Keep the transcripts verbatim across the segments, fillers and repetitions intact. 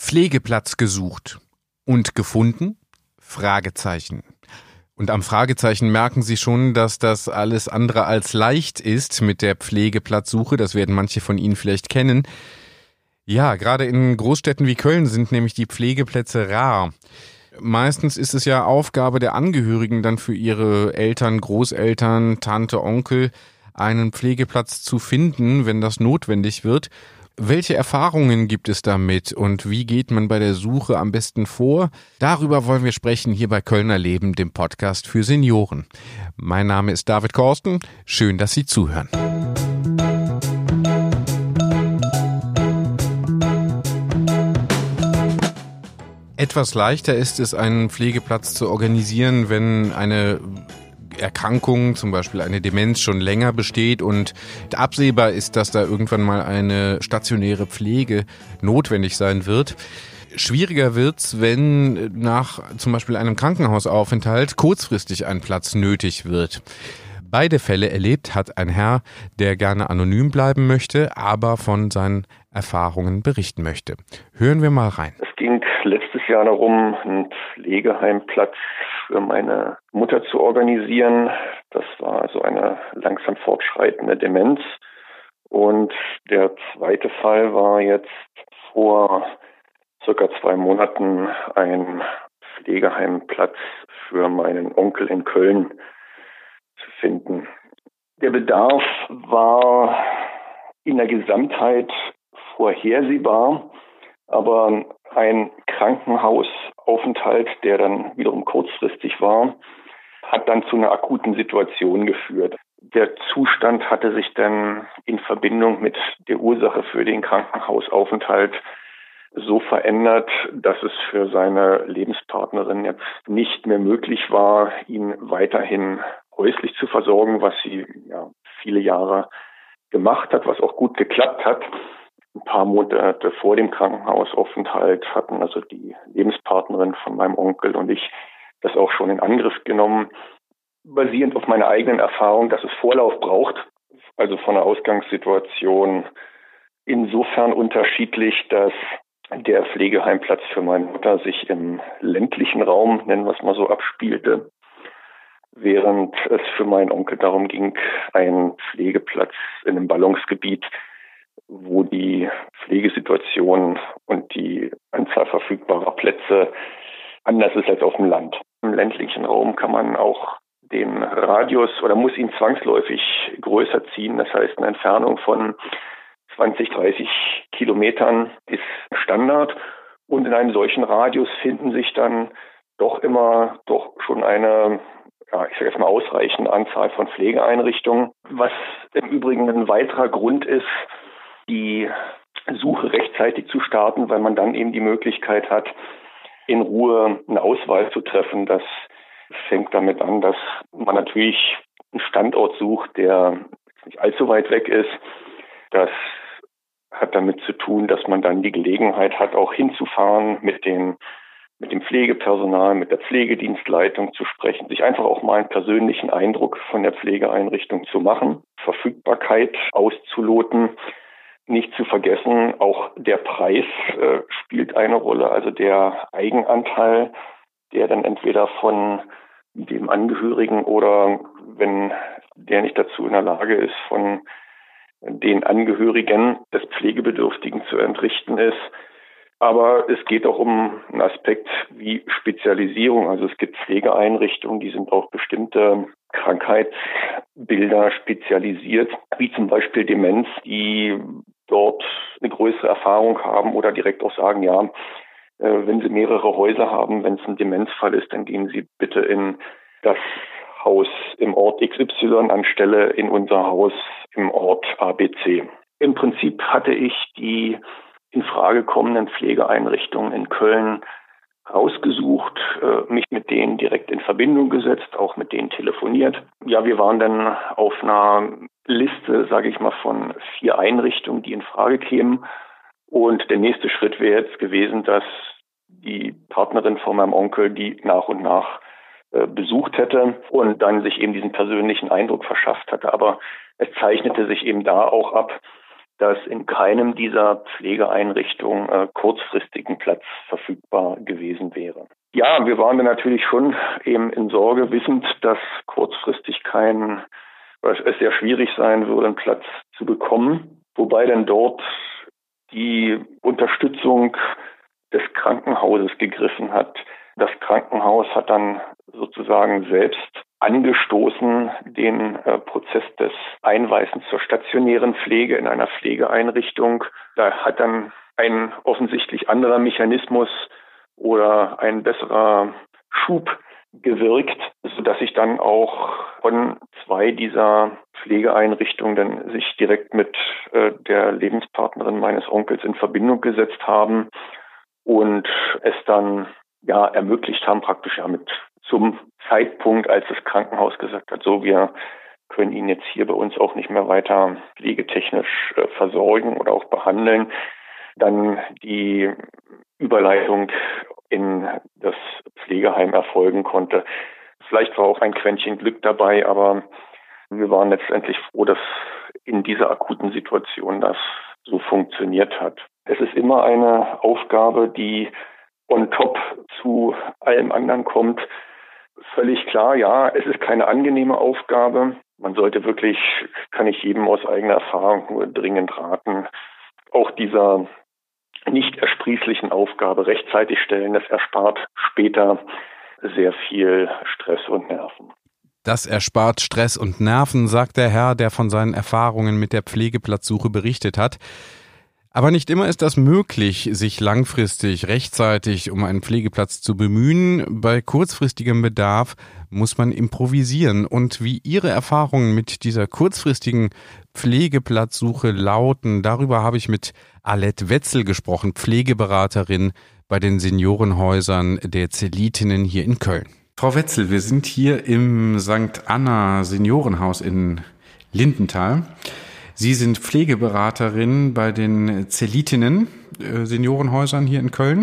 Pflegeplatz gesucht und gefunden? Fragezeichen. Und am Fragezeichen merken Sie schon, dass das alles andere als leicht ist mit der Pflegeplatzsuche. Das werden manche von Ihnen vielleicht kennen. Ja, gerade in Großstädten wie Köln sind nämlich die Pflegeplätze rar. Meistens ist es ja Aufgabe der Angehörigen, dann für ihre Eltern, Großeltern, Tante, Onkel einen Pflegeplatz zu finden, wenn das notwendig wird. Welche Erfahrungen gibt es damit und wie geht man bei der Suche am besten vor? Darüber wollen wir sprechen hier bei Kölner Leben, dem Podcast für Senioren. Mein Name ist David Korsten. Schön, dass Sie zuhören. Etwas leichter ist es, einen Pflegeplatz zu organisieren, wenn eine Erkrankung, zum Beispiel eine Demenz, schon länger besteht und absehbar ist, dass da irgendwann mal eine stationäre Pflege notwendig sein wird. Schwieriger wird's, wenn nach zum Beispiel einem Krankenhausaufenthalt kurzfristig ein Platz nötig wird. Beide Fälle erlebt hat ein Herr, der gerne anonym bleiben möchte, aber von seinen Erfahrungen berichten möchte. Hören wir mal rein. Es ging letztes Jahr darum, einen Pflegeheimplatz für meine Mutter zu organisieren. Das war so eine langsam fortschreitende Demenz. Und der zweite Fall war jetzt vor circa zwei Monaten ein Pflegeheimplatz für meinen Onkel in Köln zu finden. Der Bedarf war in der Gesamtheit vorhersehbar, aber ein Krankenhausaufenthalt, der dann wiederum kurzfristig war, hat dann zu einer akuten Situation geführt. Der Zustand hatte sich dann in Verbindung mit der Ursache für den Krankenhausaufenthalt so verändert, dass es für seine Lebenspartnerin jetzt nicht mehr möglich war, ihn weiterhin häuslich zu versorgen, was sie ja viele Jahre gemacht hat, was auch gut geklappt hat. Ein paar Monate vor dem Krankenhausaufenthalt hatten also die Lebenspartnerin von meinem Onkel und ich das auch schon in Angriff genommen, basierend auf meiner eigenen Erfahrung, dass es Vorlauf braucht, also von der Ausgangssituation insofern unterschiedlich, dass der Pflegeheimplatz für meine Mutter sich im ländlichen Raum, nennen wir es mal so, abspielte, während es für meinen Onkel darum ging, einen Pflegeplatz in einem Ballungsgebiet, wo die Pflegesituation und die Anzahl verfügbarer Plätze anders ist als auf dem Land. Im ländlichen Raum kann man auch den Radius oder muss ihn zwangsläufig größer ziehen. Das heißt, eine Entfernung von zwanzig, dreißig Kilometern ist Standard. Und in einem solchen Radius finden sich dann doch immer doch schon eine, ja, ich sage jetzt mal ausreichende Anzahl von Pflegeeinrichtungen. Was im Übrigen ein weiterer Grund ist, die Suche rechtzeitig zu starten, weil man dann eben die Möglichkeit hat, in Ruhe eine Auswahl zu treffen. Das fängt damit an, dass man natürlich einen Standort sucht, der nicht allzu weit weg ist. Das hat damit zu tun, dass man dann die Gelegenheit hat, auch hinzufahren, mit den mit dem Pflegepersonal, mit der Pflegedienstleitung zu sprechen, sich einfach auch mal einen persönlichen Eindruck von der Pflegeeinrichtung zu machen, Verfügbarkeit auszuloten. Nicht zu vergessen, auch der Preis äh, spielt eine Rolle, also der Eigenanteil, der dann entweder von dem Angehörigen oder, wenn der nicht dazu in der Lage ist, von den Angehörigen des Pflegebedürftigen zu entrichten ist. Aber es geht auch um einen Aspekt wie Spezialisierung. Also es gibt Pflegeeinrichtungen, die sind auf bestimmte Krankheitsbilder spezialisiert, wie zum Beispiel Demenz, die dort eine größere Erfahrung haben oder direkt auch sagen, ja, wenn Sie mehrere Häuser haben, wenn es ein Demenzfall ist, dann gehen Sie bitte in das Haus im Ort X Y anstelle in unser Haus im Ort A B C. Im Prinzip hatte ich die in Frage kommenden Pflegeeinrichtungen in Köln rausgesucht, mich mit denen direkt in Verbindung gesetzt, auch mit denen telefoniert. Ja, wir waren dann auf einer Liste, sage ich mal, von vier Einrichtungen, die in Frage kämen. Und der nächste Schritt wäre jetzt gewesen, dass die Partnerin von meinem Onkel die nach und nach äh, besucht hätte und dann sich eben diesen persönlichen Eindruck verschafft hatte. Aber es zeichnete sich eben da auch ab, dass in keinem dieser Pflegeeinrichtungen äh, kurzfristig ein Platz verfügbar gewesen wäre. Ja, wir waren dann natürlich schon eben in Sorge, wissend, dass kurzfristig kein, es sehr schwierig sein würde, einen Platz zu bekommen. Wobei dann dort die Unterstützung des Krankenhauses gegriffen hat. Das Krankenhaus hat dann sozusagen selbst angestoßen den äh, Prozess des Einweisens zur stationären Pflege in einer Pflegeeinrichtung. Da hat dann ein offensichtlich anderer Mechanismus oder ein besserer Schub gewirkt, sodass sich dann auch von zwei dieser Pflegeeinrichtungen dann sich direkt mit äh, der Lebenspartnerin meines Onkels in Verbindung gesetzt haben und es dann ja ermöglicht haben, praktisch ja mit zum Zeitpunkt, als das Krankenhaus gesagt hat, so, wir können ihn jetzt hier bei uns auch nicht mehr weiter pflegetechnisch äh, versorgen oder auch behandeln, dann die Überleitung in das Pflegeheim erfolgen konnte. Vielleicht war auch ein Quäntchen Glück dabei, aber wir waren letztendlich froh, dass in dieser akuten Situation das so funktioniert hat. Es ist immer eine Aufgabe, die on top zu allem anderen kommt. Völlig klar, ja, es ist keine angenehme Aufgabe. Man sollte wirklich, kann ich jedem aus eigener Erfahrung nur dringend raten, auch dieser nicht ersprießlichen Aufgabe rechtzeitig stellen. Das erspart später sehr viel Stress und Nerven. Das erspart Stress und Nerven, sagt der Herr, der von seinen Erfahrungen mit der Pflegeplatzsuche berichtet hat. Aber nicht immer ist das möglich, sich langfristig rechtzeitig um einen Pflegeplatz zu bemühen. Bei kurzfristigem Bedarf muss man improvisieren. Und wie Ihre Erfahrungen mit dieser kurzfristigen Pflegeplatzsuche lauten, darüber habe ich mit Alette Wetzel gesprochen, Pflegeberaterin bei den Seniorenhäusern der Zelitinnen hier in Köln. Frau Wetzel, wir sind hier im Sankt Anna Seniorenhaus in Lindenthal. Sie sind Pflegeberaterin bei den Zelitinnen äh, Seniorenhäusern hier in Köln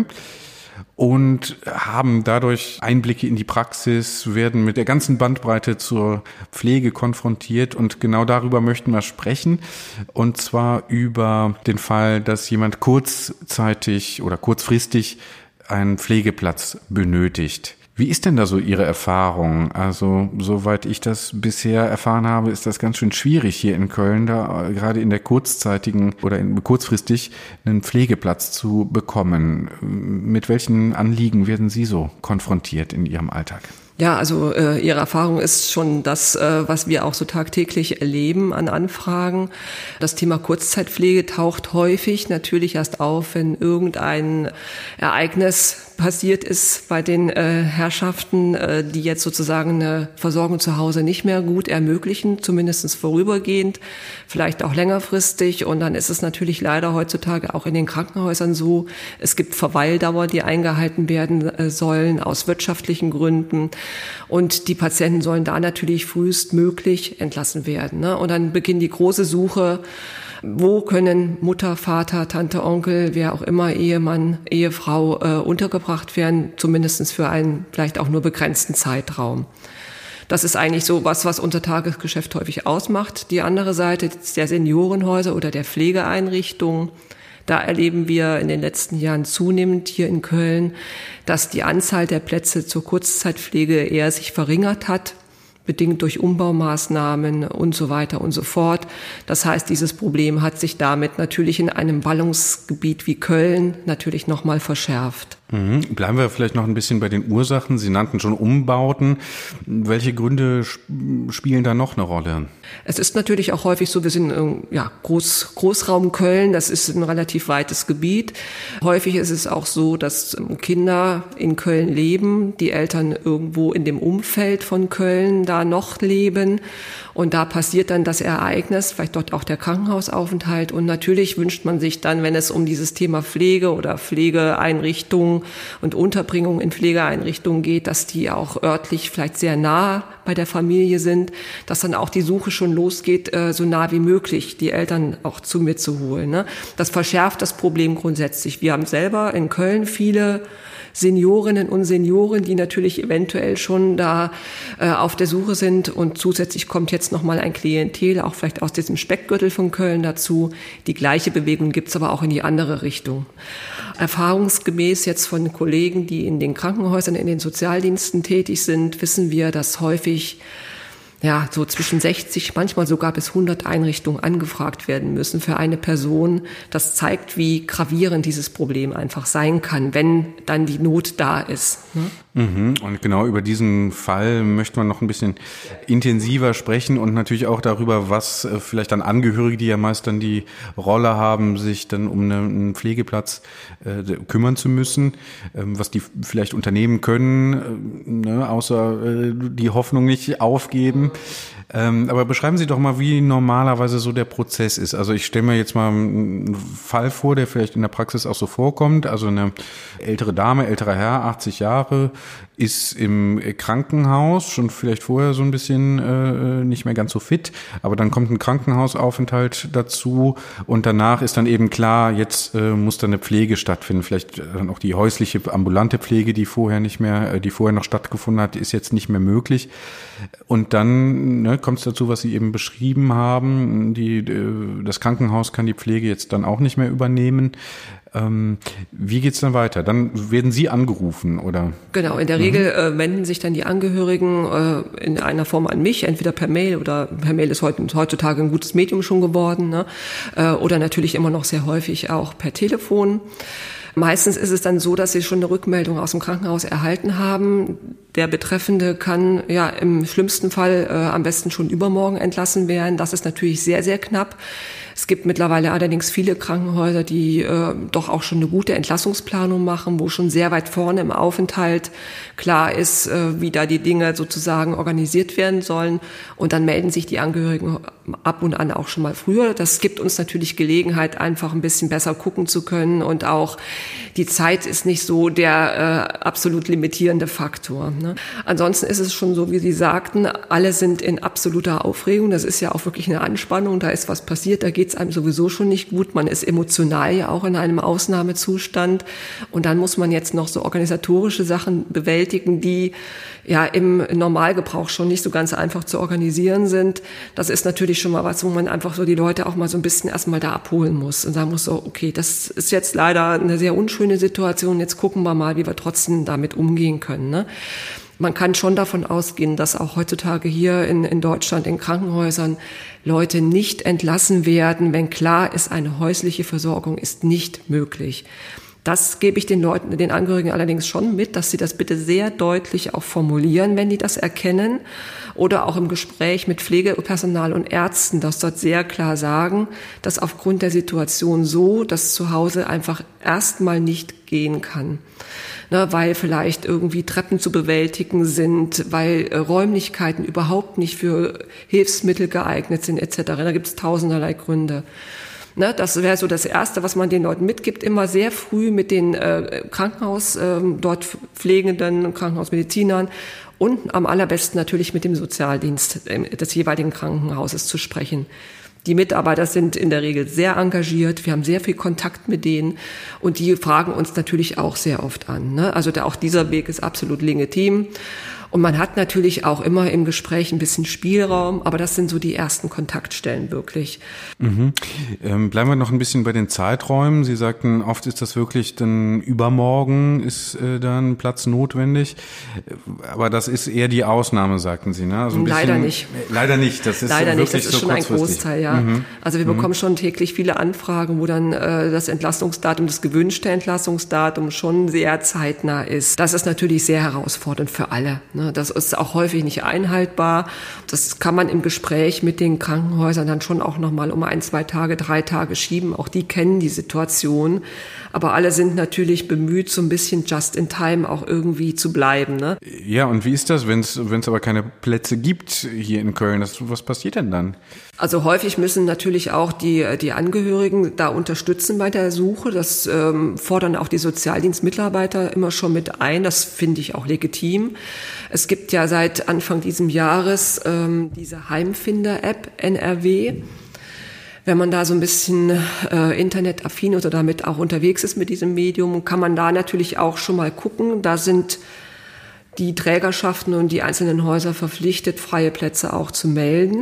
und haben dadurch Einblicke in die Praxis, werden mit der ganzen Bandbreite zur Pflege konfrontiert und genau darüber möchten wir sprechen, und zwar über den Fall, dass jemand kurzzeitig oder kurzfristig einen Pflegeplatz benötigt. Wie ist denn da so Ihre Erfahrung? Also, soweit ich das bisher erfahren habe, ist das ganz schön schwierig hier in Köln, da gerade in der kurzzeitigen oder in, kurzfristig einen Pflegeplatz zu bekommen. Mit welchen Anliegen werden Sie so konfrontiert in Ihrem Alltag? Ja, also äh, Ihre Erfahrung ist schon das, äh, was wir auch so tagtäglich erleben an Anfragen. Das Thema Kurzzeitpflege taucht häufig natürlich erst auf, wenn irgendein Ereignis passiert ist bei den äh, Herrschaften, äh, die jetzt sozusagen eine Versorgung zu Hause nicht mehr gut ermöglichen, zumindest vorübergehend, vielleicht auch längerfristig. Und dann ist es natürlich leider heutzutage auch in den Krankenhäusern so, es gibt Verweildauer, die eingehalten werden äh, sollen aus wirtschaftlichen Gründen. Und die Patienten sollen da natürlich frühestmöglich entlassen werden, ne? Und dann beginnt die große Suche, wo können Mutter, Vater, Tante, Onkel, wer auch immer, Ehemann, Ehefrau äh, untergebracht werden, zumindest für einen vielleicht auch nur begrenzten Zeitraum. Das ist eigentlich so was, was unser Tagesgeschäft häufig ausmacht. Die andere Seite der Seniorenhäuser oder der Pflegeeinrichtungen, da erleben wir in den letzten Jahren zunehmend hier in Köln, dass die Anzahl der Plätze zur Kurzzeitpflege eher sich verringert hat, bedingt durch Umbaumaßnahmen und so weiter und so fort. Das heißt, dieses Problem hat sich damit natürlich in einem Ballungsgebiet wie Köln natürlich nochmal verschärft. Mhm. Bleiben wir vielleicht noch ein bisschen bei den Ursachen. Sie nannten schon Umbauten. Welche Gründe spielen da noch eine Rolle? Es ist natürlich auch häufig so, wir sind ja Groß, Großraum Köln, das ist ein relativ weites Gebiet. Häufig ist es auch so, dass Kinder in Köln leben, die Eltern irgendwo in dem Umfeld von Köln da noch leben. Und da passiert dann das Ereignis, vielleicht dort auch der Krankenhausaufenthalt. Und natürlich wünscht man sich dann, wenn es um dieses Thema Pflege oder Pflegeeinrichtungen und Unterbringung in Pflegeeinrichtungen geht, dass die auch örtlich vielleicht sehr nah bei der Familie sind, dass dann auch die Suche schon losgeht, so nah wie möglich die Eltern auch zu mir zu holen. Das verschärft das Problem grundsätzlich. Wir haben selber in Köln viele Seniorinnen und Senioren, die natürlich eventuell schon da äh, auf der Suche sind. Und zusätzlich kommt jetzt nochmal ein Klientel, auch vielleicht aus diesem Speckgürtel von Köln dazu. Die gleiche Bewegung gibt's aber auch in die andere Richtung. Erfahrungsgemäß jetzt von Kollegen, die in den Krankenhäusern, in den Sozialdiensten tätig sind, wissen wir, dass häufig ja, so zwischen sechzig, manchmal sogar bis hundert Einrichtungen angefragt werden müssen für eine Person. Das zeigt, wie gravierend dieses Problem einfach sein kann, wenn dann die Not da ist. Ne? Mhm. Und genau über diesen Fall möchte man noch ein bisschen intensiver sprechen und natürlich auch darüber, was vielleicht dann Angehörige, die ja meist dann die Rolle haben, sich dann um einen Pflegeplatz äh, kümmern zu müssen, äh, was die vielleicht unternehmen können, äh, ne, außer äh, die Hoffnung nicht aufgeben. Ähm, aber beschreiben Sie doch mal, wie normalerweise so der Prozess ist. Also ich stelle mir jetzt mal einen Fall vor, der vielleicht in der Praxis auch so vorkommt. Also eine ältere Dame, älterer Herr, achtzig Jahre, ist im Krankenhaus, schon vielleicht vorher so ein bisschen äh, nicht mehr ganz so fit, aber dann kommt ein Krankenhausaufenthalt dazu und danach ist dann eben klar, jetzt äh, muss da eine Pflege stattfinden. Vielleicht dann auch die häusliche, ambulante Pflege, die vorher nicht mehr, die vorher noch stattgefunden hat, ist jetzt nicht mehr möglich. Und dann ne, kommt es dazu, was Sie eben beschrieben haben. Die, das Krankenhaus kann die Pflege jetzt dann auch nicht mehr übernehmen. Ähm, wie geht's dann weiter? Dann werden Sie angerufen, oder? Genau, in der mhm. Regel äh, wenden sich dann die Angehörigen äh, in einer Form an mich, entweder per Mail oder per Mail ist heute, heutzutage ein gutes Medium schon geworden, ne? äh, oder natürlich immer noch sehr häufig auch per Telefon. Meistens ist es dann so, dass sie schon eine Rückmeldung aus dem Krankenhaus erhalten haben. Der Betreffende kann ja im schlimmsten Fall äh, am besten schon übermorgen entlassen werden. Das ist natürlich sehr, sehr knapp. Es gibt mittlerweile allerdings viele Krankenhäuser, die äh, doch auch schon eine gute Entlassungsplanung machen, wo schon sehr weit vorne im Aufenthalt klar ist, äh, wie da die Dinge sozusagen organisiert werden sollen. Und dann melden sich die Angehörigen ab und an auch schon mal früher. Das gibt uns natürlich Gelegenheit, einfach ein bisschen besser gucken zu können. Und auch die Zeit ist nicht so der äh, absolut limitierende Faktor. Ne? Ansonsten ist es schon so, wie Sie sagten, alle sind in absoluter Aufregung. Das ist ja auch wirklich eine Anspannung. Da ist was passiert, da geht es einem sowieso schon nicht gut. Man ist emotional ja auch in einem Ausnahmezustand. Und dann muss man jetzt noch so organisatorische Sachen bewältigen, die ja im Normalgebrauch schon nicht so ganz einfach zu organisieren sind. Das ist natürlich schon mal was, wo man einfach so die Leute auch mal so ein bisschen erstmal da abholen muss und sagen muss so, okay, das ist jetzt leider eine sehr unschöne Situation. Jetzt gucken wir mal, wie wir trotzdem damit umgehen können, ne? Man kann schon davon ausgehen, dass auch heutzutage hier in, in Deutschland in Krankenhäusern Leute nicht entlassen werden, wenn klar ist, eine häusliche Versorgung ist nicht möglich. Das gebe ich den Leuten, den Angehörigen allerdings schon mit, dass sie das bitte sehr deutlich auch formulieren, wenn die das erkennen. Oder auch im Gespräch mit Pflegepersonal und Ärzten, dass dort sehr klar sagen, dass aufgrund der Situation so das zu Hause einfach erstmal nicht gehen kann. Ne, weil vielleicht irgendwie Treppen zu bewältigen sind, weil äh, Räumlichkeiten überhaupt nicht für Hilfsmittel geeignet sind et cetera. Da gibt es tausenderlei Gründe. Ne, das wäre so das Erste, was man den Leuten mitgibt, immer sehr früh mit den äh, Krankenhaus, äh, dort Pflegenden, Krankenhausmedizinern und am allerbesten natürlich mit dem Sozialdienst äh, des jeweiligen Krankenhauses zu sprechen. Die Mitarbeiter sind in der Regel sehr engagiert, wir haben sehr viel Kontakt mit denen und die fragen uns natürlich auch sehr oft an. Ne? Also der, auch dieser Weg ist absolut legitim. Und man hat natürlich auch immer im Gespräch ein bisschen Spielraum, aber das sind so die ersten Kontaktstellen wirklich. Mhm. Ähm, bleiben wir noch ein bisschen bei den Zeiträumen. Sie sagten, oft ist das wirklich dann übermorgen ist äh, dann Platz notwendig. Aber das ist eher die Ausnahme, sagten Sie, ne? Also ein bisschen, leider nicht. Leider nicht. Das ist leider wirklich nicht. Das ist so schon ein Großteil, ja. Mhm. Also wir mhm. bekommen schon täglich viele Anfragen, wo dann äh, das Entlassungsdatum, das gewünschte Entlassungsdatum schon sehr zeitnah ist. Das ist natürlich sehr herausfordernd für alle. Das ist auch häufig nicht einhaltbar. Das kann man im Gespräch mit den Krankenhäusern dann schon auch noch mal um ein, zwei Tage, drei Tage schieben. Auch die kennen die Situation. Aber alle sind natürlich bemüht, so ein bisschen just in time auch irgendwie zu bleiben. Ne? Ja, und wie ist das, wenn es wenn es aber keine Plätze gibt hier in Köln? Das, was passiert denn dann? Also häufig müssen natürlich auch die die Angehörigen da unterstützen bei der Suche. Das ähm, fordern auch die Sozialdienstmitarbeiter immer schon mit ein. Das finde ich auch legitim. Es gibt ja seit Anfang dieses Jahres ähm, diese Heimfinder-App N R W. Wenn man da so ein bisschen äh, internetaffin oder damit auch unterwegs ist mit diesem Medium, kann man da natürlich auch schon mal gucken. Da sind die Trägerschaften und die einzelnen Häuser verpflichtet, freie Plätze auch zu melden.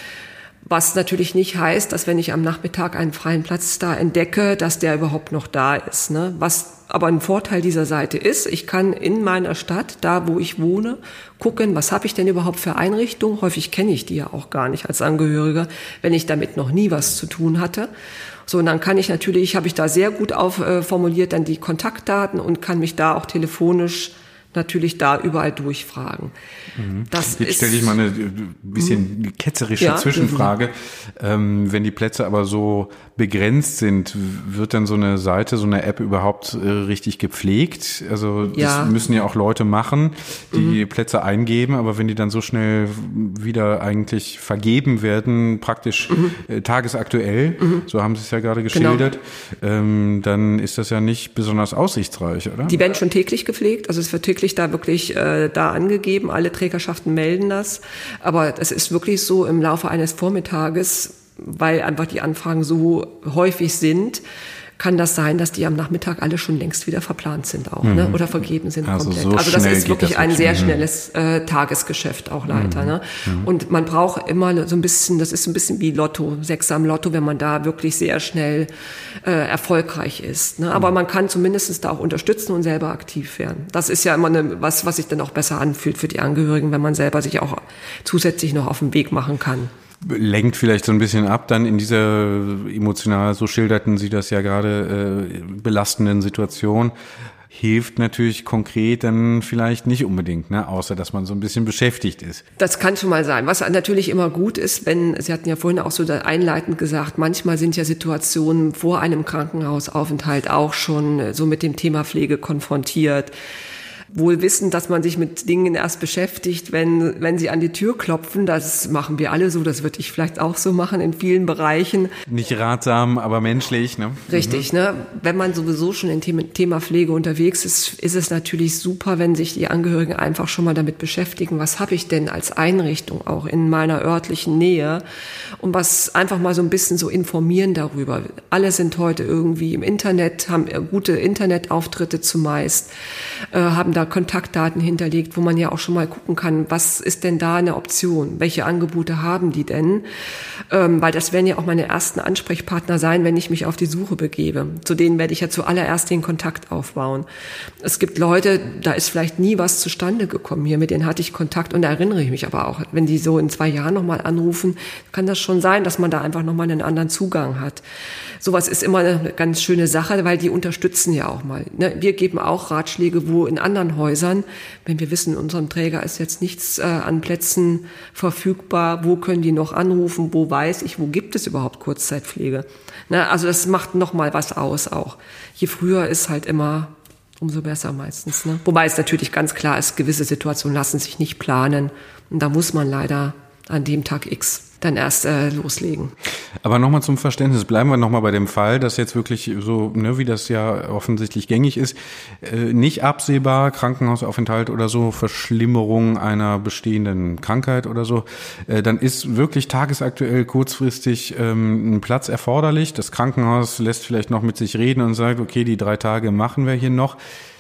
Was natürlich nicht heißt, dass wenn ich am Nachmittag einen freien Platz da entdecke, dass der überhaupt noch da ist, ne? Was aber ein Vorteil dieser Seite ist, ich kann in meiner Stadt, da wo ich wohne, gucken, was habe ich denn überhaupt für Einrichtungen. Häufig kenne ich die ja auch gar nicht als Angehöriger, wenn ich damit noch nie was zu tun hatte. So, und dann kann ich natürlich, habe ich da sehr gut aufformuliert, äh, dann die Kontaktdaten und kann mich da auch telefonisch natürlich da überall durchfragen. Mhm. Das Jetzt stelle ich mal eine bisschen mhm. ketzerische ja, Zwischenfrage. Ähm, wenn die Plätze aber so begrenzt sind, wird dann so eine Seite, so eine App überhaupt äh, richtig gepflegt? Also das ja. müssen ja auch Leute machen, die mhm. Plätze eingeben, aber wenn die dann so schnell wieder eigentlich vergeben werden, praktisch mhm. äh, tagesaktuell, mhm. so haben Sie es ja gerade geschildert, genau. ähm, dann ist das ja nicht besonders aussichtsreich, oder? Die werden schon täglich gepflegt, also es wird täglich da wirklich äh, da angegeben, alle Trägerschaften melden das, aber es ist wirklich so im Laufe eines Vormittages, weil einfach die Anfragen so häufig sind, kann das sein, dass die am Nachmittag alle schon längst wieder verplant sind auch, mhm. ne? Oder vergeben sind also komplett. So also das ist wirklich das ein sehr mhm. schnelles äh, Tagesgeschäft auch leider. Mhm. Ne? Mhm. Und man braucht immer so ein bisschen, das ist so ein bisschen wie Lotto, Sechser am Lotto, wenn man da wirklich sehr schnell äh, erfolgreich ist. Ne? Aber mhm. man kann zumindest da auch unterstützen und selber aktiv werden. Das ist ja immer eine, was, was sich dann auch besser anfühlt für die Angehörigen, wenn man selber sich auch zusätzlich noch auf den Weg machen kann. Lenkt vielleicht so ein bisschen ab, dann in dieser emotional, so schilderten Sie das ja gerade, äh, belastenden Situation, hilft natürlich konkret dann vielleicht nicht unbedingt, ne? Außer dass man so ein bisschen beschäftigt ist. Das kann schon mal sein. Was natürlich immer gut ist, wenn, Sie hatten ja vorhin auch so einleitend gesagt, manchmal sind ja Situationen vor einem Krankenhausaufenthalt auch schon so mit dem Thema Pflege konfrontiert. Wohl wissen, dass man sich mit Dingen erst beschäftigt, wenn, wenn sie an die Tür klopfen. Das machen wir alle so, das würde ich vielleicht auch so machen in vielen Bereichen. Nicht ratsam, aber menschlich, ne? Richtig, mhm. ne? Wenn man sowieso schon im Thema Pflege unterwegs ist, ist es natürlich super, wenn sich die Angehörigen einfach schon mal damit beschäftigen, was habe ich denn als Einrichtung auch in meiner örtlichen Nähe und was einfach mal so ein bisschen so informieren darüber. Alle sind heute irgendwie im Internet, haben gute Internetauftritte zumeist, äh, haben da Kontaktdaten hinterlegt, wo man ja auch schon mal gucken kann, was ist denn da eine Option? Welche Angebote haben die denn? Ähm, weil das werden ja auch meine ersten Ansprechpartner sein, wenn ich mich auf die Suche begebe. Zu denen werde ich ja zuallererst den Kontakt aufbauen. Es gibt Leute, da ist vielleicht nie was zustande gekommen hier, mit denen hatte ich Kontakt und da erinnere ich mich aber auch, wenn die so in zwei Jahren nochmal anrufen, kann das schon sein, dass man da einfach nochmal einen anderen Zugang hat. Sowas ist immer eine ganz schöne Sache, weil die unterstützen ja auch mal. Ne? Wir geben auch Ratschläge, wo in anderen Häusern, wenn wir wissen, in unserem Träger ist jetzt nichts äh, an Plätzen verfügbar, wo können die noch anrufen, wo weiß ich, wo gibt es überhaupt Kurzzeitpflege. Ne? Also das macht nochmal was aus auch. Je früher ist halt immer, umso besser meistens. Ne? Wobei es natürlich ganz klar ist, gewisse Situationen lassen sich nicht planen und da muss man leider an dem Tag X dann erst äh, loslegen. Aber nochmal zum Verständnis, bleiben wir nochmal bei dem Fall, dass jetzt wirklich so, ne, wie das ja offensichtlich gängig ist, äh, nicht absehbar, Krankenhausaufenthalt oder so, Verschlimmerung einer bestehenden Krankheit oder so, äh, dann ist wirklich tagesaktuell kurzfristig ähm, ein Platz erforderlich. Das Krankenhaus lässt vielleicht noch mit sich reden und sagt, okay, die drei Tage machen wir hier noch.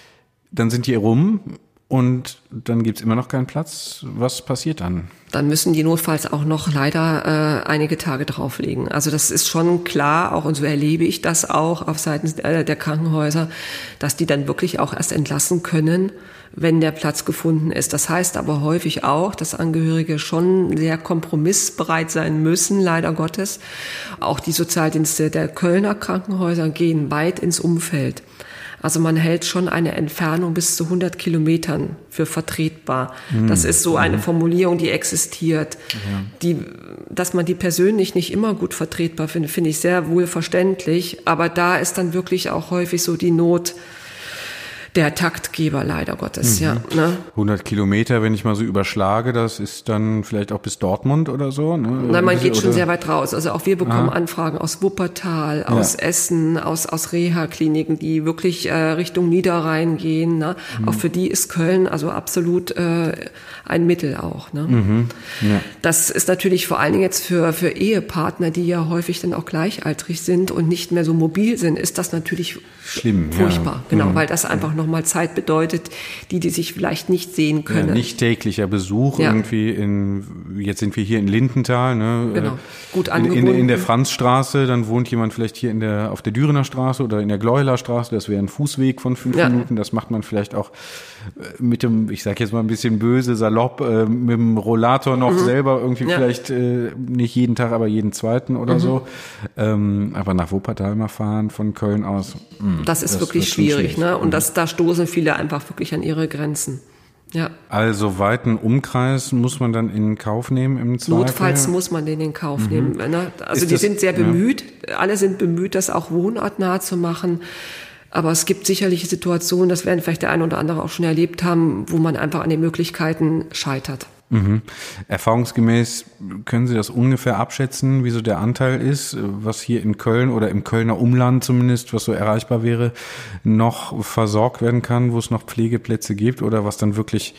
Dann sind die rum. Und dann gibt's immer noch keinen Platz. Was passiert dann? Dann müssen die notfalls auch noch leider äh, einige Tage drauflegen. Also das ist schon klar, auch und so erlebe ich das auch auf Seiten der, der Krankenhäuser, dass die dann wirklich auch erst entlassen können, wenn der Platz gefunden ist. Das heißt aber häufig auch, dass Angehörige schon sehr kompromissbereit sein müssen, leider Gottes. Auch die Sozialdienste der Kölner Krankenhäuser gehen weit ins Umfeld. Also man hält schon eine Entfernung bis zu hundert Kilometern für vertretbar. Mhm. Das ist so eine Formulierung, die existiert. Ja. Die, dass man die persönlich nicht immer gut vertretbar findet, finde ich sehr wohl verständlich. Aber da ist dann wirklich auch häufig so die Not, der Taktgeber, leider Gottes, mhm. ja. Ne? hundert Kilometer, wenn ich mal so überschlage, das ist dann vielleicht auch bis Dortmund oder so? Ne? Nein, man geht oder? schon sehr weit raus. Also auch wir bekommen ah. Anfragen aus Wuppertal, aus ja. Essen, aus, aus Reha-Kliniken, die wirklich äh, Richtung Niederrhein gehen. Ne? Mhm. Auch für die ist Köln also absolut äh, ein Mittel auch. Ne? Mhm. Ja. Das ist natürlich vor allen Dingen jetzt für, für Ehepartner, die ja häufig dann auch gleichaltrig sind und nicht mehr so mobil sind, ist das natürlich schlimm, furchtbar. Ja. Genau, mhm. weil das einfach nochmal Zeit bedeutet, die, die sich vielleicht nicht sehen können. Ja, nicht täglicher Besuch ja. irgendwie in, jetzt sind wir hier in Lindenthal, ne? Genau, gut angebunden. In, in, in der Franzstraße, dann wohnt jemand vielleicht hier in der, auf der Dürener Straße oder in der Gleueler Straße, das wäre ein Fußweg von fünf ja. Minuten, das macht man vielleicht auch mit dem, ich sag jetzt mal ein bisschen böse, salopp, äh, mit dem Rollator noch mhm. selber irgendwie ja. vielleicht äh, nicht jeden Tag, aber jeden zweiten oder mhm. so. Ähm, aber nach Wuppertal mal fahren von Köln aus. Mh, das ist das wirklich schwierig, ne? Und das, da stoßen viele einfach wirklich an ihre Grenzen. Ja. Also weiten Umkreis muss man dann in Kauf nehmen im Zweifel? Notfalls muss man den in Kauf mhm. nehmen. Ne? Also ist die das, sind sehr bemüht, ja. alle sind bemüht, das auch wohnortnah zu machen. Aber es gibt sicherlich Situationen, das werden vielleicht der eine oder andere auch schon erlebt haben, wo man einfach an den Möglichkeiten scheitert. Mhm. Erfahrungsgemäß können Sie das ungefähr abschätzen, wie so der Anteil ist, was hier in Köln oder im Kölner Umland zumindest, was so erreichbar wäre, noch versorgt werden kann, wo es noch Pflegeplätze gibt oder was dann wirklich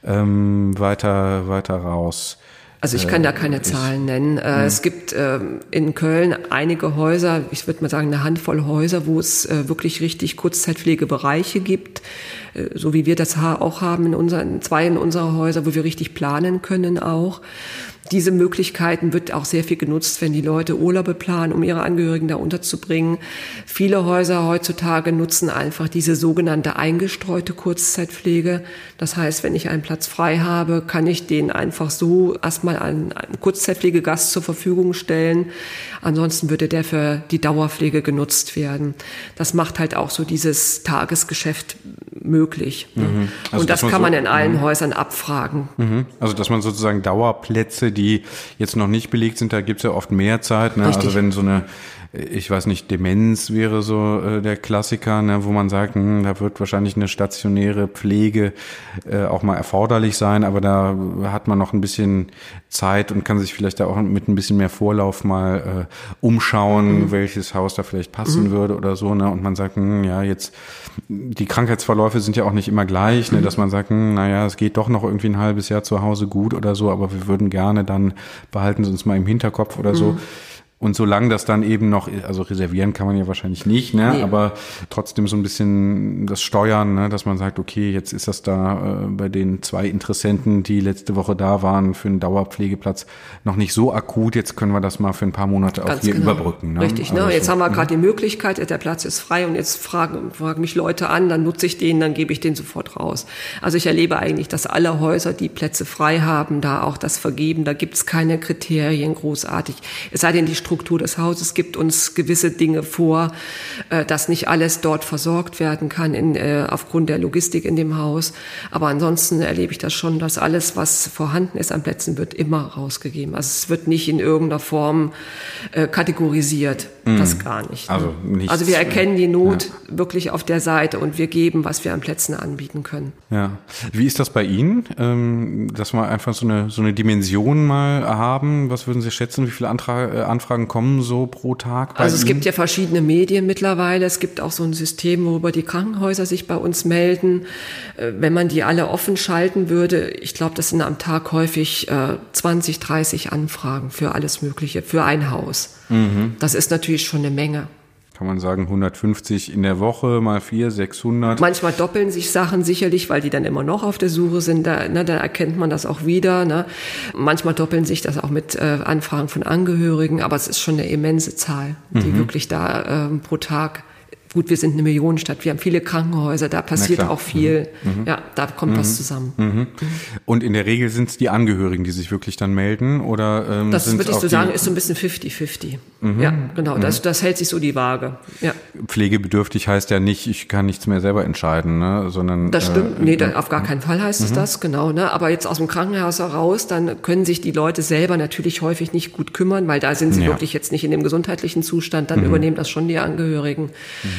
ähm, weiter weiter raus? Also ich kann da keine Zahlen nennen. Äh, es gibt äh, in Köln einige Häuser, ich würde mal sagen eine Handvoll Häuser, wo es äh, wirklich richtig Kurzzeitpflegebereiche gibt, äh, so wie wir das auch haben in unseren zwei in unserer Häuser, wo wir richtig planen können auch. Diese Möglichkeiten wird auch sehr viel genutzt, wenn die Leute Urlaube planen, um ihre Angehörigen da unterzubringen. Viele Häuser heutzutage nutzen einfach diese sogenannte eingestreute Kurzzeitpflege. Das heißt, wenn ich einen Platz frei habe, kann ich den einfach so erstmal an einen Kurzzeitpflegegast zur Verfügung stellen. Ansonsten würde der für die Dauerpflege genutzt werden. Das macht halt auch so dieses Tagesgeschäft möglich. Mhm. Also, und das kann man so, in allen mhm. Häusern abfragen. Mhm. Also dass man sozusagen Dauerplätze, die jetzt noch nicht belegt sind, da gibt es ja oft mehr Zeit. Ne? Also wenn so eine, ich weiß nicht, Demenz wäre so äh, der Klassiker, ne? Wo man sagt, mh, da wird wahrscheinlich eine stationäre Pflege äh, auch mal erforderlich sein, aber da hat man noch ein bisschen Zeit und kann sich vielleicht da auch mit ein bisschen mehr Vorlauf mal äh, umschauen, mhm. welches Haus da vielleicht passen mhm. würde oder so. Ne? Und man sagt, mh, ja, jetzt die Krankheitsverläufe sind ja auch nicht immer gleich, ne? Dass man sagt, mh, naja, es geht doch noch irgendwie ein halbes Jahr zu Hause gut oder so, aber wir würden gerne dann, behalten Sie uns mal im Hinterkopf oder so. Mhm. Und solange das dann eben noch, also reservieren kann man ja wahrscheinlich nicht, ne, nee. aber trotzdem so ein bisschen das Steuern, ne, dass man sagt, okay, jetzt ist das da äh, bei den zwei Interessenten, die letzte Woche da waren für einen Dauerpflegeplatz, noch nicht so akut. Jetzt können wir das mal für ein paar Monate Ganz auch hier genau. überbrücken. Ne? Richtig, also ne? Jetzt so, haben wir gerade die Möglichkeit, der Platz ist frei und jetzt fragen, fragen mich Leute an, dann nutze ich den, dann gebe ich den sofort raus. Also ich erlebe eigentlich, dass alle Häuser, die Plätze frei haben, da auch das vergeben. Da gibt es keine Kriterien großartig. Es sei denn, die Struktur des Hauses gibt uns gewisse Dinge vor, äh, dass nicht alles dort versorgt werden kann in, äh, aufgrund der Logistik in dem Haus. Aber ansonsten erlebe ich das schon, dass alles, was vorhanden ist an Plätzen, wird immer rausgegeben. Also es wird nicht in irgendeiner Form äh, kategorisiert. Mm. Das gar nicht. Also, nichts, also wir erkennen die Not ja. wirklich auf der Seite und wir geben, was wir an Plätzen anbieten können. Ja. Wie ist das bei Ihnen? Ähm, dass wir einfach so eine, so eine Dimension mal haben? Was würden Sie schätzen? Wie viele Antra- äh, Anfragen kommen so pro Tag bei Also es Ihnen? gibt ja verschiedene Medien mittlerweile. Es gibt auch so ein System, worüber die Krankenhäuser sich bei uns melden. Wenn man die alle offen schalten würde, ich glaube, das sind am Tag häufig äh, zwanzig, dreißig Anfragen für alles Mögliche, für ein Haus. Mhm. Das ist natürlich schon eine Menge. Kann man sagen, hundertfünfzig in der Woche mal vier, sechshundert. Manchmal doppeln sich Sachen sicherlich, weil die dann immer noch auf der Suche sind. Da, ne, da erkennt man das auch wieder. Ne. Manchmal doppeln sich das auch mit äh, Anfragen von Angehörigen. Aber es ist schon eine immense Zahl, die mhm. wirklich da ähm, pro Tag. Gut, wir sind eine Millionenstadt, wir haben viele Krankenhäuser, da passiert auch viel. Mhm. Ja, da kommt mhm. was zusammen. Mhm. Mhm. Und in der Regel sind es die Angehörigen, die sich wirklich dann melden? Oder ähm, das würde ich so sagen, ist so ein bisschen fifty fifty. Mhm. Ja, genau, mhm. das, das hält sich so die Waage. Ja. Pflegebedürftig heißt ja nicht, ich kann nichts mehr selber entscheiden, ne? Sondern das stimmt, äh, nee, da, auf gar keinen Fall heißt mhm. es das, genau. Ne? Aber jetzt aus dem Krankenhaus heraus, dann können sich die Leute selber natürlich häufig nicht gut kümmern, weil da sind sie ja. wirklich jetzt nicht in dem gesundheitlichen Zustand, dann mhm. übernehmen das schon die Angehörigen. Mhm.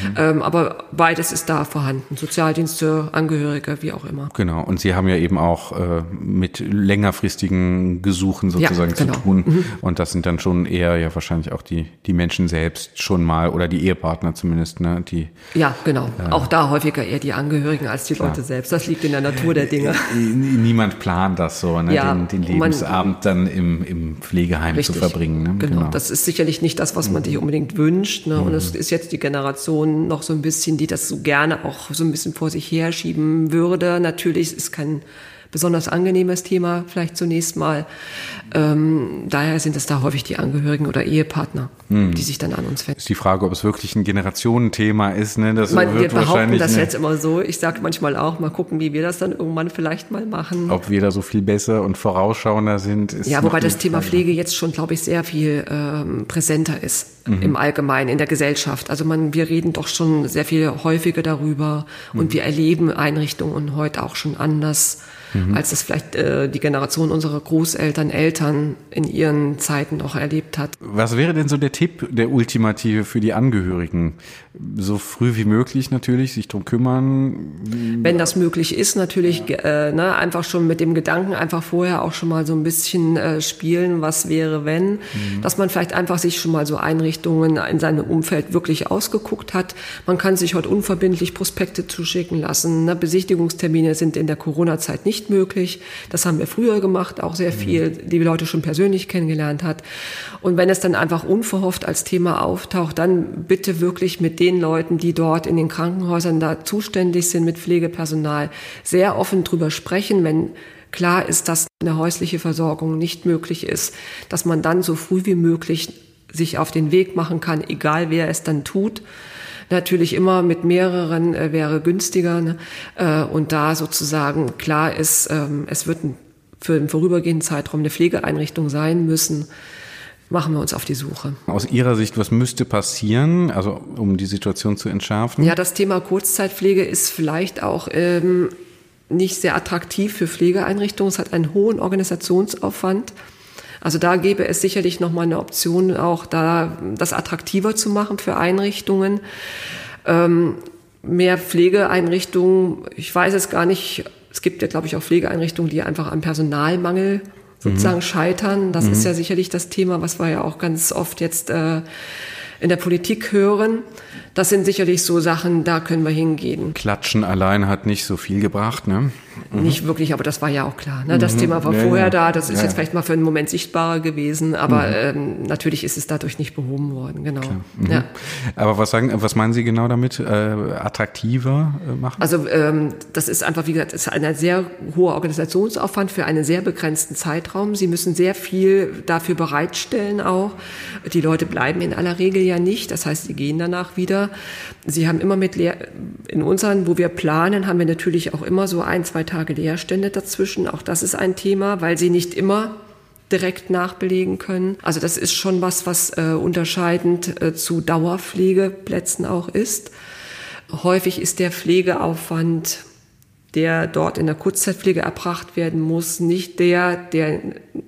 Ähm, aber beides ist da vorhanden. Sozialdienste, Angehörige, wie auch immer. Genau. Und Sie haben ja eben auch äh, mit längerfristigen Gesuchen sozusagen ja, genau. zu tun. Mhm. Und das sind dann schon eher ja wahrscheinlich auch die, die Menschen selbst schon mal oder die Ehepartner zumindest, ne? Die, ja, genau. Äh, auch da häufiger eher die Angehörigen als die klar. Leute selbst. Das liegt in der Natur der Dinge. Niemand plant das so, ne? Ja, den, den Lebensabend man, dann im, im Pflegeheim richtig, zu verbringen. Ne? Genau. genau, das ist sicherlich nicht das, was man sich unbedingt wünscht. Ne? Und es ist jetzt die Generation noch so ein bisschen, die das so gerne auch so ein bisschen vor sich herschieben würde. Natürlich ist kein besonders angenehmes Thema, vielleicht zunächst mal. Ähm, daher sind es da häufig die Angehörigen oder Ehepartner, hm. die sich dann an uns wenden. Ist die Frage, ob es wirklich ein Generationenthema ist. Ne? Das Man, wird wir behaupten das ne jetzt immer so. Ich sage manchmal auch, mal gucken, wie wir das dann irgendwann vielleicht mal machen. Ob wir da so viel besser und vorausschauender sind. Ist ja, wobei das Thema Pflege jetzt schon, glaube ich, sehr viel ähm, präsenter ist mhm. im Allgemeinen, in der Gesellschaft. Also man, wir reden doch schon sehr viel häufiger darüber mhm. und wir erleben Einrichtungen heute auch schon anders, mhm. als es vielleicht äh, die Generation unserer Großeltern, Eltern in ihren Zeiten noch erlebt hat. Was wäre denn so der Tipp, der ultimative für die Angehörigen? So früh wie möglich natürlich, sich drum kümmern? Wenn das möglich ist, natürlich äh, ne, einfach schon mit dem Gedanken einfach vorher auch schon mal so ein bisschen äh, spielen, was wäre, wenn. Mhm. Dass man vielleicht einfach sich schon mal so Einrichtungen in seinem Umfeld wirklich ausgeguckt hat. Man kann sich heute unverbindlich Prospekte zuschicken lassen. Ne? Besichtigungstermine sind in der Corona-Zeit nicht möglich. Das haben wir früher gemacht, auch sehr viel, die Leute schon persönlich kennengelernt hat. Und wenn es dann einfach unverhofft als Thema auftaucht, dann bitte wirklich mit den Leuten, die dort in den Krankenhäusern da zuständig sind, mit Pflegepersonal, sehr offen drüber sprechen, wenn klar ist, dass eine häusliche Versorgung nicht möglich ist, dass man dann so früh wie möglich sich auf den Weg machen kann, egal wer es dann tut. Natürlich immer mit mehreren äh, wäre günstiger, ne? äh, und da sozusagen klar ist, ähm, es wird ein, für einen vorübergehenden Zeitraum eine Pflegeeinrichtung sein müssen, machen wir uns auf die Suche. Aus Ihrer Sicht, was müsste passieren, also um die Situation zu entschärfen? Ja, das Thema Kurzzeitpflege ist vielleicht auch ähm, nicht sehr attraktiv für Pflegeeinrichtungen. Es hat einen hohen Organisationsaufwand. Also da gäbe es sicherlich noch mal eine Option, auch da das attraktiver zu machen für Einrichtungen. Ähm, mehr Pflegeeinrichtungen, ich weiß es gar nicht, es gibt ja, glaube ich, auch Pflegeeinrichtungen, die einfach am Personalmangel sozusagen mhm. scheitern. Das mhm. ist ja sicherlich das Thema, was wir ja auch ganz oft jetzt äh, in der Politik hören. Das sind sicherlich so Sachen, da können wir hingehen. Klatschen allein hat nicht so viel gebracht, ne? Mhm. Nicht wirklich, aber das war ja auch klar. Ne? Das mhm. Thema war ja, vorher ja. da, das ist ja, jetzt vielleicht mal für einen Moment sichtbarer gewesen, aber mhm. ähm, natürlich ist es dadurch nicht behoben worden, genau. Mhm. Ja. Aber was sagen, was meinen Sie genau damit? Äh, attraktiver äh, machen? Also ähm, das ist einfach, wie gesagt, es ist ein sehr hoher Organisationsaufwand für einen sehr begrenzten Zeitraum. Sie müssen sehr viel dafür bereitstellen auch. Die Leute bleiben in aller Regel ja nicht, das heißt, sie gehen danach wieder. Sie haben immer mit Lehr- in unseren, wo wir planen, haben wir natürlich auch immer so ein, zwei Tage Leerstände dazwischen. Auch das ist ein Thema, weil sie nicht immer direkt nachbelegen können. Also das ist schon was, was äh, unterscheidend äh, zu Dauerpflegeplätzen auch ist. Häufig ist der Pflegeaufwand, der dort in der Kurzzeitpflege erbracht werden muss, nicht der, der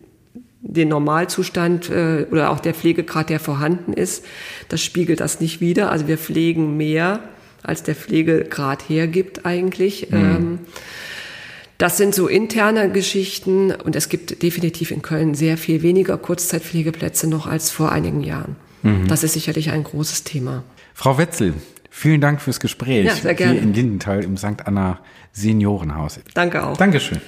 den Normalzustand äh, oder auch der Pflegegrad, der vorhanden ist. Das spiegelt das nicht wider. Also wir pflegen mehr, als der Pflegegrad hergibt eigentlich. Mhm. Ähm, Das sind so interne Geschichten und es gibt definitiv in Köln sehr viel weniger Kurzzeitpflegeplätze noch als vor einigen Jahren. Mhm. Das ist sicherlich ein großes Thema. Frau Wetzel, vielen Dank fürs Gespräch. Ja, sehr gerne. Hier in Lindenthal im Sankt Anna Seniorenhaus. Danke auch. Dankeschön.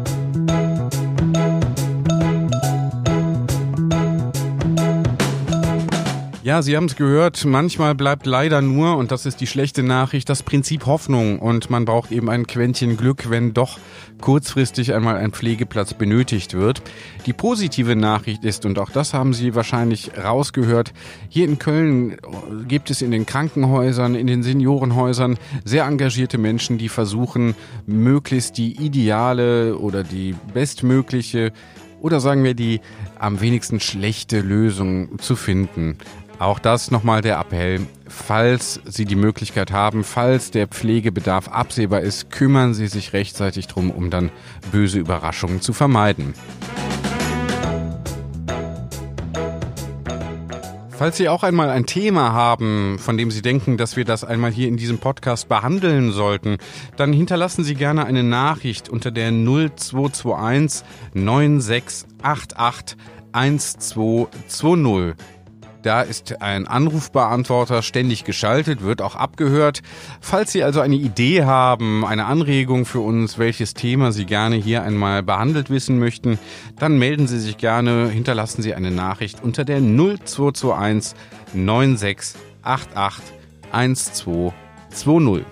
Ja, Sie haben es gehört, manchmal bleibt leider nur, und das ist die schlechte Nachricht, das Prinzip Hoffnung. Und man braucht eben ein Quäntchen Glück, wenn doch kurzfristig einmal ein Pflegeplatz benötigt wird. Die positive Nachricht ist, und auch das haben Sie wahrscheinlich rausgehört, hier in Köln gibt es in den Krankenhäusern, in den Seniorenhäusern sehr engagierte Menschen, die versuchen, möglichst die ideale oder die bestmögliche oder sagen wir die am wenigsten schlechte Lösung zu finden. Auch das nochmal der Appell, falls Sie die Möglichkeit haben, falls der Pflegebedarf absehbar ist, kümmern Sie sich rechtzeitig drum, um dann böse Überraschungen zu vermeiden. Falls Sie auch einmal ein Thema haben, von dem Sie denken, dass wir das einmal hier in diesem Podcast behandeln sollten, dann hinterlassen Sie gerne eine Nachricht unter der null zwei zwei eins neun sechs acht acht eins zwei zwei null. Da ist ein Anrufbeantworter ständig geschaltet, wird auch abgehört. Falls Sie also eine Idee haben, eine Anregung für uns, welches Thema Sie gerne hier einmal behandelt wissen möchten, dann melden Sie sich gerne, hinterlassen Sie eine Nachricht unter der null zwei zwei eins neun sechs acht acht eins zwei zwei null.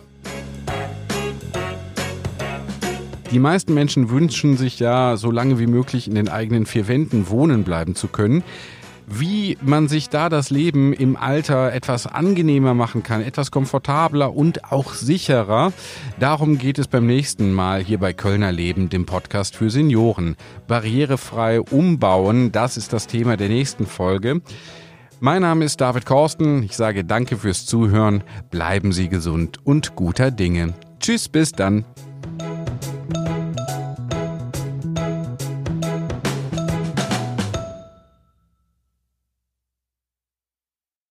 Die meisten Menschen wünschen sich ja, so lange wie möglich in den eigenen vier Wänden wohnen bleiben zu können. Wie man sich da das Leben im Alter etwas angenehmer machen kann, etwas komfortabler und auch sicherer, darum geht es beim nächsten Mal hier bei Kölner Leben, dem Podcast für Senioren. Barrierefrei umbauen, das ist das Thema der nächsten Folge. Mein Name ist David Korsten, ich sage danke fürs Zuhören, bleiben Sie gesund und guter Dinge. Tschüss, bis dann.